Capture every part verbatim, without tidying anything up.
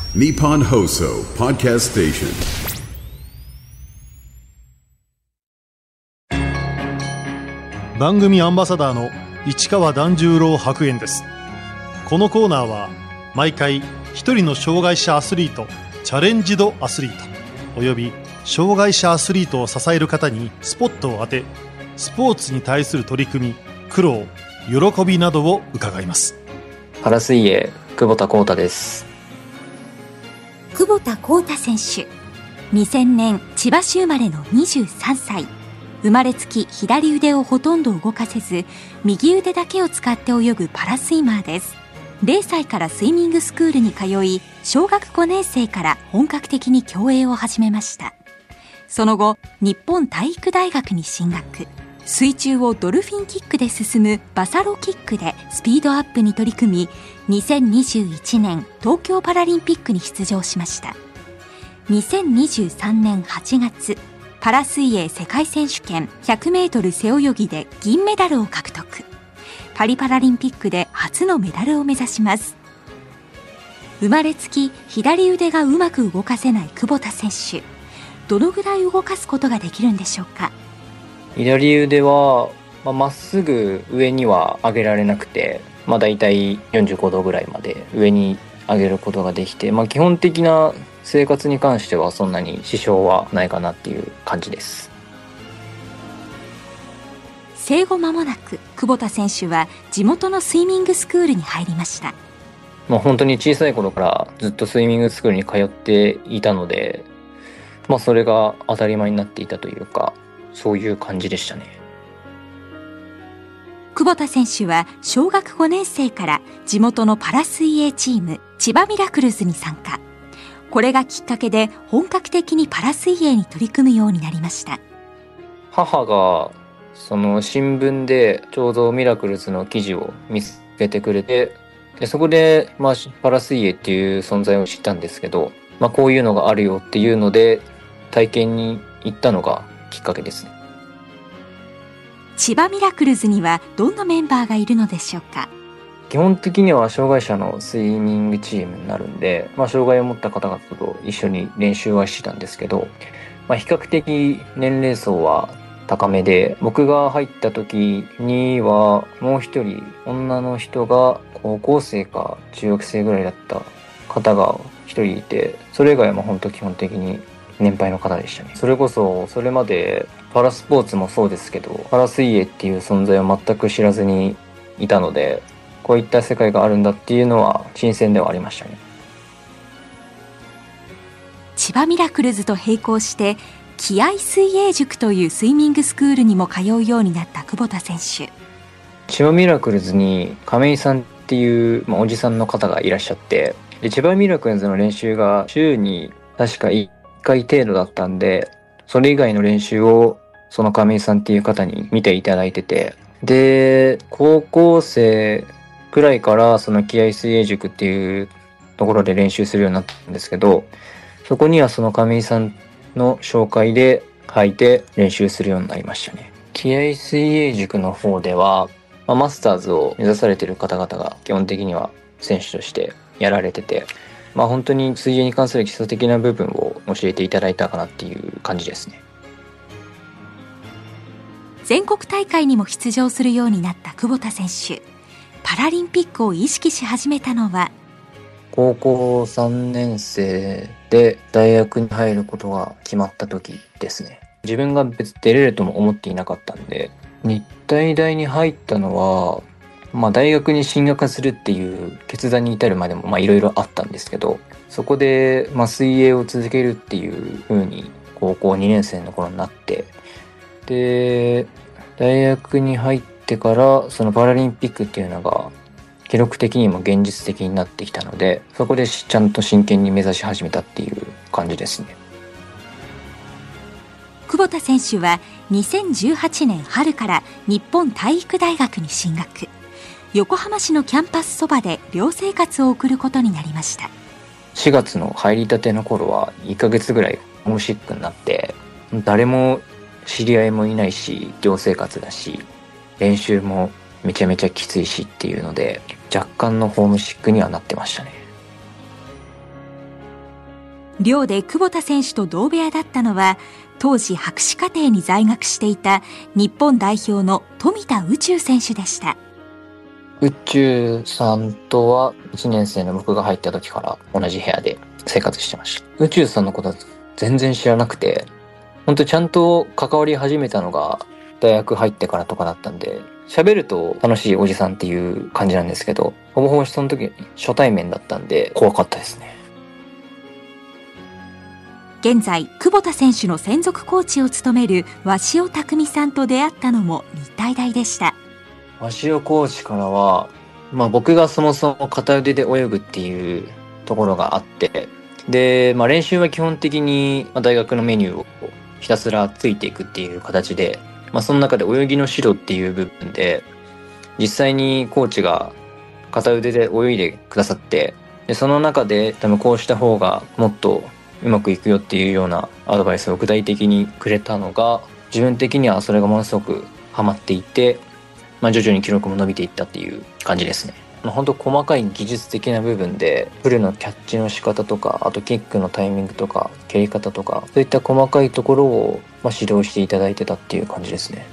Nippon Hoso Podcast Station。 番組アンバサダーの市川團十郎白猿です。このコーナーは毎回一人の障害者アスリート、チャレンジドアスリートおよび障害者アスリートを支える方にスポットを当て、スポーツに対する取り組み、苦労、喜びなどを伺います。 パラ水泳久保田浩太です。 久保田浩太選手、にせんねん千葉市生まれのにじゅうさんさい。生まれつき左腕をほとんど動かせず、右腕だけを使って泳ぐパラスイマーです。れいさいからスイミングスクールに通い、小学ごねん生から本格的に競泳を始めました。その後、日本体育大学に進学。水中をドルフィンキックで進むバサロキックでスピードアップに取り組み、にせんにじゅういちねん東京パラリンピックに出場しました。にせんにじゅうさんねんはちがつ、パラ水泳世界選手権ひゃくメートル背泳ぎで銀メダルを獲得。パリパラリンピックで初のメダルを目指します。生まれつき左腕がうまく動かせない久保田選手、どのぐらい動かすことができるんでしょうか。 左腕はまあ、まっすぐ上には上げられなくて、まあ、だいたいよんじゅうごどぐらいまで上に上げることができて、まあ、基本的な生活に関してはそんなに支障はないかなっていう感じです。 生後間もなく久保田選手は地元のスイミングスクールに入りました。 まあ、本当に小さい頃からずっとスイミングスクールに通っていたので、まあ、それが当たり前になっていたというか、そういう感じでしたね。 久保田選手は小学ごねん生から地元のパラ水泳チーム千葉ミラクルズに参加。これがきっかけで本格的にパラ水泳に取り組むようになりました。 母がその新聞でちょうどミラクルズの記事を見つけてくれて、でそこで、まあ、パラ水泳っていう存在を知ったんですけど、まあ、こういうのがあるよっていうので体験に行ったのがきっかけですね。 千葉ミラクルズにはどんなメンバーがいるのでしょうか。 基本的には障害者のスイミングチームになるんで、まあ、障害を持った方々と一緒に練習はしてたんですけど、まあ、比較的年齢層は高めで、僕が入った時にはもう一人女の人が高校生か中学生ぐらいだった方が一人いて、それ以外はまあ本当基本的に年配の方でしたね。それこそそれまでパラスポーツもそうですけど、パラ水泳っていう存在を全く知らずにいたので、こういった世界があるんだっていうのは新鮮ではありましたね。 千葉ミラクルズと並行して気合水泳塾というスイミングスクールにも通うようになった久保田選手。 千葉ミラクルズに亀井さんっていう、まあ、おじさんの方がいらっしゃって、で千葉ミラクルズの練習が週に確かいっかい程度だったんで、それ以外の練習をその亀井さんっていう方に見ていただいてて、で高校生くらいからその気合水泳塾っていうところで練習するようになったんですけど、そこにはその亀井さんの紹介で入って練習するようになりましたね。気合水泳塾の方では、まあ、マスターズを目指されている方々が基本的には選手としてやられてて、まあ本当に水泳に関する基礎的な部分を教えていただいたかなっていう感じですね。 全国大会にも出場するようになった久保田選手。パラリンピックを意識し始めたのは高校さんねん生で大学に入ることが決まった時ですね。自分が別に出れるとも思っていなかったんで、日体大に入ったのは、まあ大学に進学するっていう決断に至るまでもまあいろいろあったんですけど、そこでまあ水泳を続けるっていう風に高校にねん生の頃になって、で大学に入ってからそのパラリンピックっていうのが記録的にも現実的になってきたので、そこでちゃんと真剣に目指し始めたっていう感じですね。 久保田選手はにせんじゅうはちねん春から日本体育大学に進学。横浜市のキャンパスそばで寮生活を送ることになりました。 しがつの入りたての頃はいっかげつぐらいホームシックになって、誰も知り合いもいないし、寮生活だし、練習もめちゃめちゃきついしっていうので、若干のホームシックにはなってましたね。 寮で久保田選手と同部屋だったのは、当時博士課程に在学していた日本代表の富田宇宙選手でした。 宇宙さんとはいちねん生の僕が入った時から同じ部屋で生活してました。宇宙さんのことは全然知らなくて、本当ちゃんと関わり始めたのが大学入ってからとかだったんで、喋ると楽しいおじさんっていう感じなんですけど、ほぼほぼその時初対面だったんで怖かったですね。 現在久保田選手の専属コーチを務める鷲尾匠さんと出会ったのも日体大でした。 鷲尾コーチからは、まあ、僕がそもそも片腕で泳ぐっていうところがあって、で、まあ、練習は基本的に大学のメニューをひたすらついていくっていう形で、まあ、その中で泳ぎの指導っていう部分で実際にコーチが片腕で泳いでくださって、でその中で多分こうした方がもっとうまくいくよっていうようなアドバイスを具体的にくれたのが、自分的にはそれがものすごくハマっていて、まあ、徐々に記録も伸びていったっていう感じですね。まあ、本当細かい技術的な部分でプルのキャッチの仕方とか、あとキックのタイミングとか蹴り方とか、そういった細かいところをまあ指導していただいてたっていう感じですね。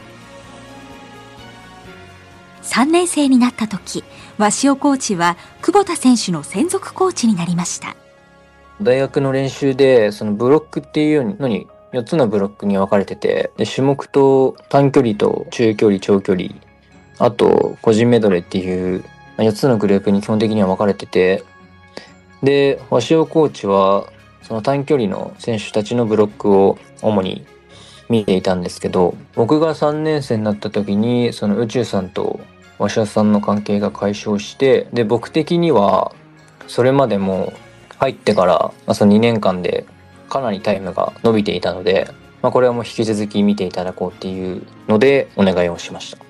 さんねん生になった時、鷲尾コーチは久保田選手の専属コーチになりました。 大学の練習でそのブロックっていうのによっつのブロックに分かれてて、で種目と短距離と中距離長距離、あと個人メドレーっていうよっつのグループに基本的には分かれてて、で鷲尾コーチはその短距離の選手たちのブロックを主に見ていたんですけど、僕がさんねん生になった時にその宇宙さんと鷲尾さんの関係が解消して、で僕的にはそれまでも入ってから、まあ、そのにねんかんでかなりタイムが伸びていたので、まあ、これはもう引き続き見ていただこうっていうのでお願いをしました。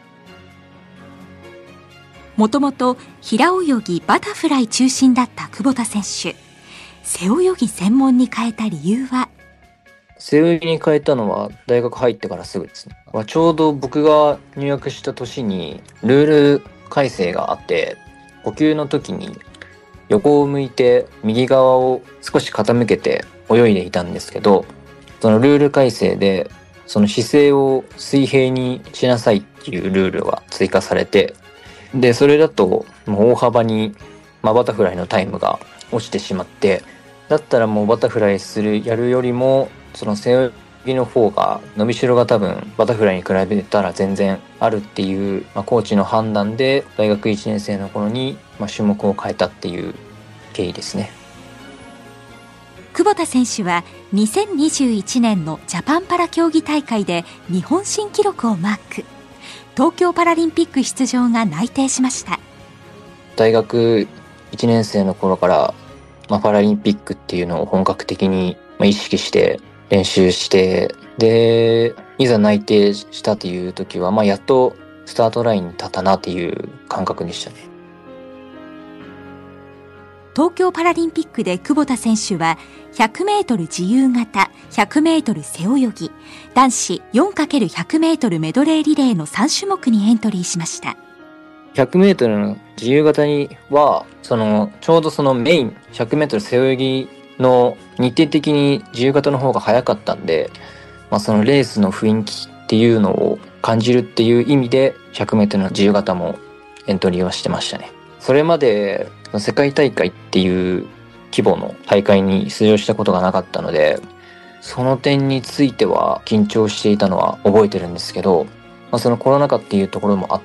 もともと平泳ぎバタフライ中心だった久保田選手、背泳ぎ専門に変えた理由は？ 背泳ぎに変えたのは大学入ってからすぐですね。ちょうど僕が入学した年にルール改正があって、呼吸の時に横を向いて右側を少し傾けて泳いでいたんですけど、そのルール改正でその姿勢を水平にしなさいっていうルールが追加されて、でそれだともう大幅に、まあ、バタフライのタイムが落ちてしまって、だったらもうバタフライするやるよりもその背泳ぎの方が伸びしろが多分バタフライに比べたら全然あるっていう、まあ、コーチの判断で大学いちねん生の頃に、まあ、種目を変えたっていう経緯ですね。 久保田選手はにせんにじゅういちねんのジャパンパラ競技大会で日本新記録をマーク。東京パラリンピック出場が内定しました。 大学いちねん生の頃から、まあ、パラリンピックっていうのを本格的に意識して練習して、でいざ内定したという時は、まあ、やっとスタートラインに立ったなっていう感覚でしたね。 東京パラリンピックで久保田選手はひゃくメートル自由形、ひゃくメートル背泳ぎ、男子 よんかけるひゃくメートルメドレーリレーのさん種目にエントリーしました。 ひゃくメートルの自由形にはそのちょうどそのメインひゃくメートル背泳ぎの日程的に自由形の方が早かったんで、まあ、そのレースの雰囲気っていうのを感じるっていう意味でひゃくメートルの自由形もエントリーはしてましたね。それまで世界大会っていう規模の大会に出場したことがなかったので、その点については緊張していたのは覚えてるんですけど、まあ、そのコロナ禍っていうところもあって、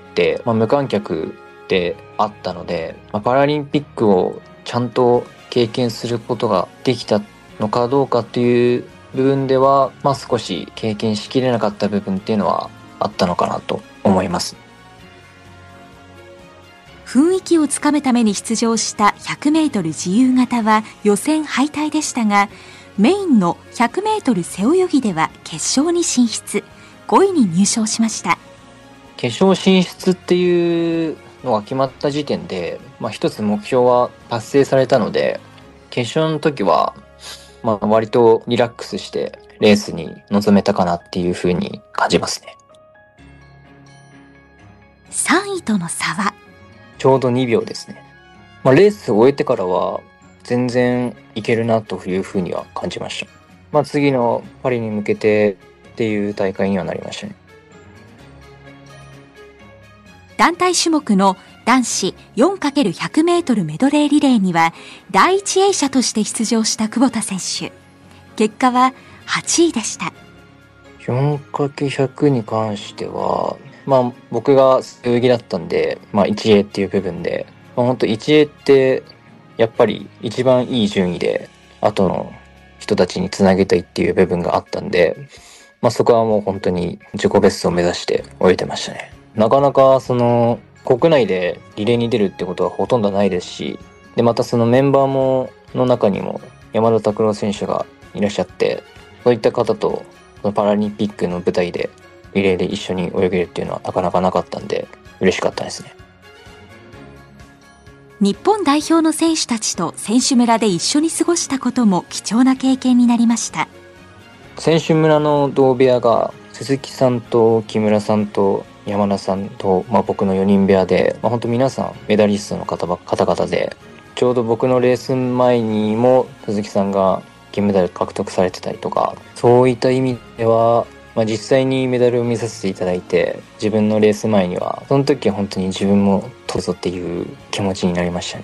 まあ、無観客であったので、まあ、パラリンピックをちゃんと経験することができたのかどうかっていう部分では、まあ、少し経験しきれなかった部分っていうのはあったのかなと思います。 雰囲気をつかむために出場したひゃくメートル自由形は予選敗退でしたが、メインのひゃくメートル背泳ぎでは決勝に進出、ごいに入賞しました。 決勝進出っていうのが決まった時点で、まあ、一つ目標は達成されたので、決勝の時は、まあ、割とリラックスしてレースに臨めたかなっていうふうに感じますね。 さんいとの差はちょうどにびょうですね。まあ、レースを終えてからは全然いけるなというふうには感じました。まあ次のパリに向けてっていう大会にはなりましたね。 団体種目の男子 よんかけるひゃくメートル メドレーリレーには第一泳者として出場した久保田選手。結果ははちいでした。 よんかけるひゃく に関してはまあ僕が背泳ぎだったんで、まあいちエーっていう部分で、まあ、本当いちエーってやっぱり一番いい順位で後の人たちにつなげたいっていう部分があったんで、まあそこはもう本当に自己ベストを目指して泳いでましたね。なかなかその国内でリレーに出るってことはほとんどないですし、でまたそのメンバーもの中にも山田拓郎選手がいらっしゃって、そういった方とパラリンピックの舞台でリレーで一緒に泳げるっていうのはなかなかなかったんで嬉しかったですね。 日本代表の選手たちと選手村で一緒に過ごしたことも貴重な経験になりました。 選手村の同部屋が鈴木さんと木村さんと山田さんと、まあ、僕のよにん部屋で、まあ、本当皆さんメダリストの方ば方々で、ちょうど僕のレース前にも鈴木さんが金メダル獲得されてたりとか、そういった意味では、まあ、実際にメダルを見させていただいて、自分のレース前にはその時は本当に自分も取るぞっていう気持ちになりましたね。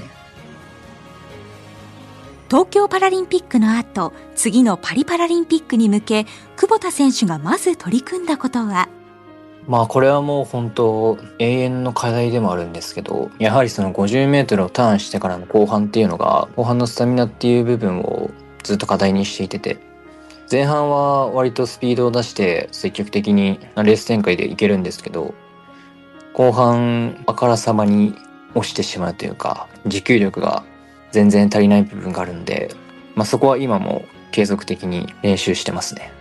東京パラリンピックの後、次のパリパラリンピックに向け久保田選手がまず取り組んだことは、 まあこれはもう本当永遠の課題でもあるんですけど、やはりそのごじゅうメートルをターンしてからの後半っていうのが、後半のスタミナっていう部分をずっと課題にしていてて、前半は割とスピードを出して積極的にレース展開でいけるんですけど、後半あからさまに落ちてしまうというか、持久力が全然足りない部分があるんで、まあそこは今も継続的に練習してますね。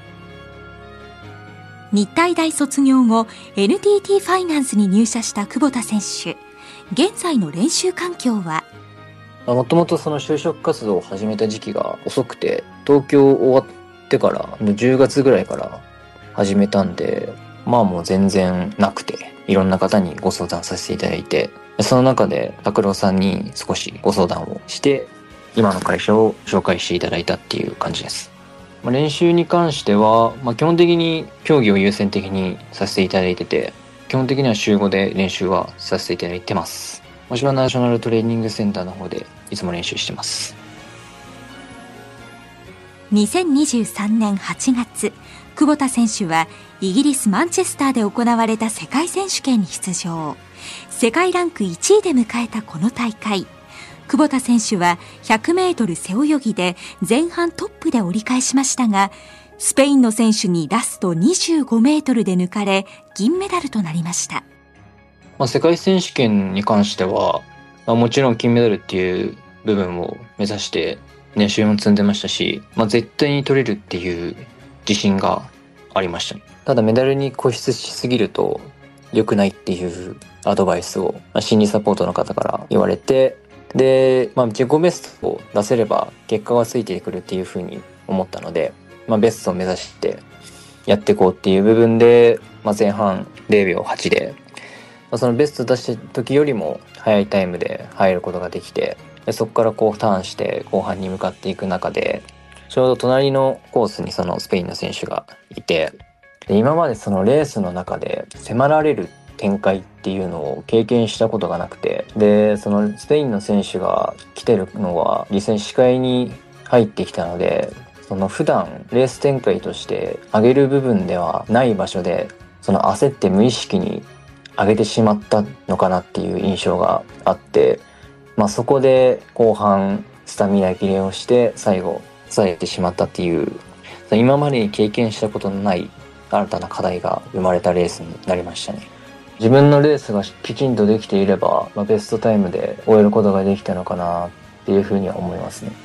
日体大卒業後 エヌティーティー ファイナンスに入社した久保田選手。現在の練習環境は、 もともとその就職活動を始めた時期が遅くて、東京終わってからじゅうがつぐらいから始めたんで、まあもう全然なくて、いろんな方にご相談させていただいて、その中で拓郎さんに少しご相談をして今の会社を紹介していただいたっていう感じです。まあ、練習に関しては、まあ、基本的に競技を優先的にさせていただいてて、基本的には週ごで練習はさせていただいてます。もちろんナショナルトレーニングセンターの方でいつも練習してます。 にせんにじゅうさんねんはちがつ、久保田選手はイギリスマンチェスターで行われた世界選手権に出場。世界ランクいちいで迎えたこの大会、久保田選手はひゃくメートル背泳ぎで前半トップで折り返しましたが、スペインの選手にラストにじゅうごメートルで抜かれ銀メダルとなりました。 まあ、世界選手権に関しては、まあ、もちろん金メダルっていう部分を目指して練習も積んでましたし、まあ、絶対に取れるっていう自信がありました。ただメダルに固執しすぎると良くないっていうアドバイスを、まあ、心理サポートの方から言われて、で、まあ、自己ベストを出せれば結果がついてくるっていうふうに思ったので、まあ、ベストを目指してやっていこうっていう部分で、まあ、前半ぜろびょうはちで、まあ、そのベスト出した時よりも早いタイムで入ることができて、でそこからこうターンして後半に向かっていく中で、ちょうど隣のコースにそのスペインの選手がいて、で今までそのレースの中で迫られる展開っていうのを経験したことがなくて、でそのスペインの選手が来てるのは実際に視界に入ってきたので、その普段レース展開として上げる部分ではない場所でその焦って無意識に上げてしまったのかなっていう印象があって、まあ、そこで後半スタミナ切れをして最後抑えてしまったっていう、今までに経験したことのない新たな課題が生まれたレースになりましたね。自分のレースがきちんとできていれば、まあ、ベストタイムで終えることができたのかなっていうふうには思いますね。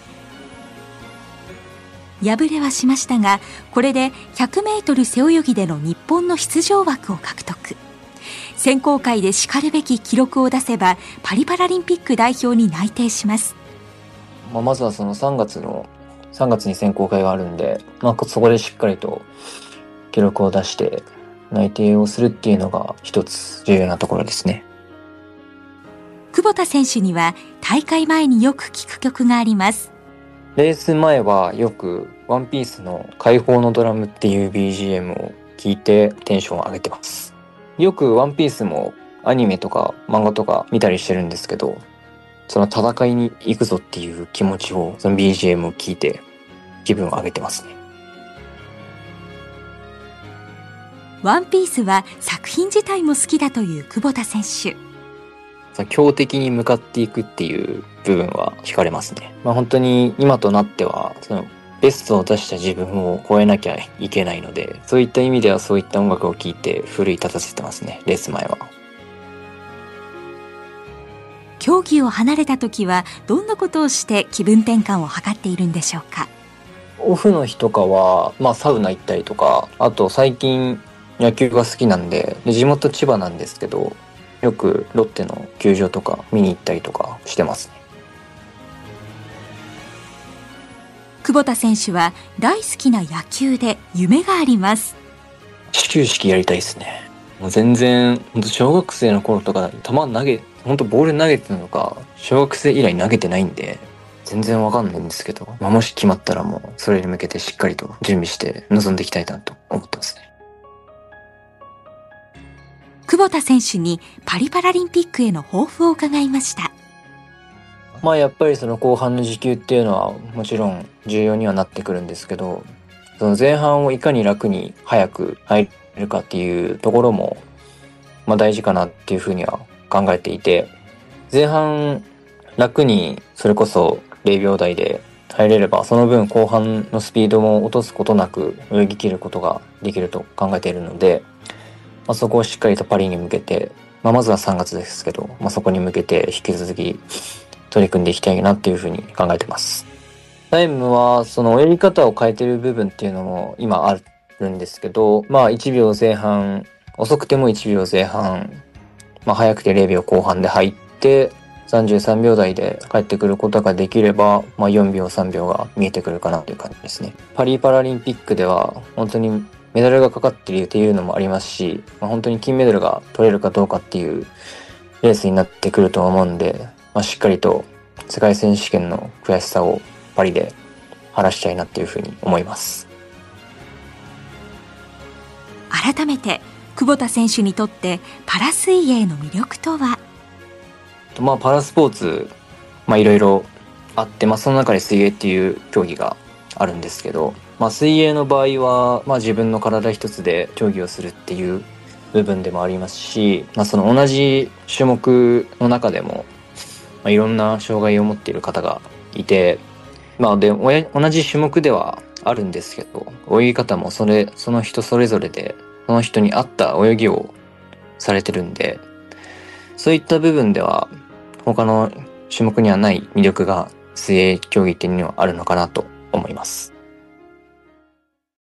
敗れはしましたが、これでひゃくメートル背泳ぎでの日本の出場枠を獲得。選考会でしかるべき記録を出せばパリパラリンピック代表に内定します。 まあ、まずはそのさんがつのさんがつに選考会があるんで、まあ、そこでしっかりと記録を出して内定をするっていうのが一つ重要なところですね。 久保田選手には大会前によく聴く曲があります。 レース前はよくワンピースの解放のドラムっていう ビージーエム を聴いてテンションを上げてます。よくワンピースもアニメとか漫画とか見たりしてるんですけど、その戦いに行くぞっていう気持ちをその ビージーエム を聴いて気分を上げてますね。 ワンピースは作品自体も好きだという久保田選手。 強敵に向かっていくっていう部分は惹かれますね。まあ本当に今となってはそのベストを出した自分を超えなきゃいけないので、そういった意味ではそういった音楽を聴いて奮い立たせてますね、レース前は。 競技を離れた時はどんなことをして気分転換を図っているんでしょうか。 オフの日とかは、まあサウナ行ったりとか、あと最近野球が好きなんで、で地元千葉なんですけど、よくロッテの球場とか見に行ったりとかしてますね。 久保田選手は大好きな野球で夢があります。 始球式やりたいですね。もう全然本当小学生の頃とか球投げ本当ボール投げてるのか小学生以来投げてないんで全然わかんないんですけど、まあ、もし決まったらもうそれに向けてしっかりと準備して臨んでいきたいなと思ってますね。 久保田選手にパリパラリンピックへの抱負を伺いました。 まあやっぱりその後半の持久っていうのはもちろん重要にはなってくるんですけど、その前半をいかに楽に早く入れるかっていうところもまあ大事かなっていうふうには考えていて、前半楽にそれこそゼロびょう台で入れればその分後半のスピードも落とすことなく泳ぎ切ることができると考えているので、まあ、そこをしっかりとパリに向けて、まあ、まずはさんがつですけど、まあ、そこに向けて引き続き取り組んでいきたいなっていうふうに考えてます。タイムはその泳ぎ方を変えてる部分っていうのも今あるんですけど、まあいちびょうぜん半、遅くてもいちびょうぜん半、まあ早くてゼロびょうこう半で入ってさんじゅうさんびょう台で帰ってくることができれば、まあよんびょうさんびょうが見えてくるかなという感じですね。パリパラリンピックでは本当にメダルがかかっているっていうのもありますし、まあ、本当に金メダルが取れるかどうかっていうレースになってくると思うんで、まあ、しっかりと世界選手権の悔しさをパリで晴らしたいなっていうふうに思います。 改めて久保田選手にとってパラ水泳の魅力とは。 まあパラスポーツ、まあいろいろあって、まあその中で水泳っていう競技があるんですけど、まあ水泳の場合は、まあ自分の体一つで競技をするっていう部分でもありますし、まあその同じ種目の中でも、まあ、いろんな障害を持っている方がいて、まあで、同じ種目ではあるんですけど、泳ぎ方もそれ、その人それぞれで、その人に合った泳ぎをされてるんで、そういった部分では他の種目にはない魅力が水泳競技っていうのはあるのかなと思います。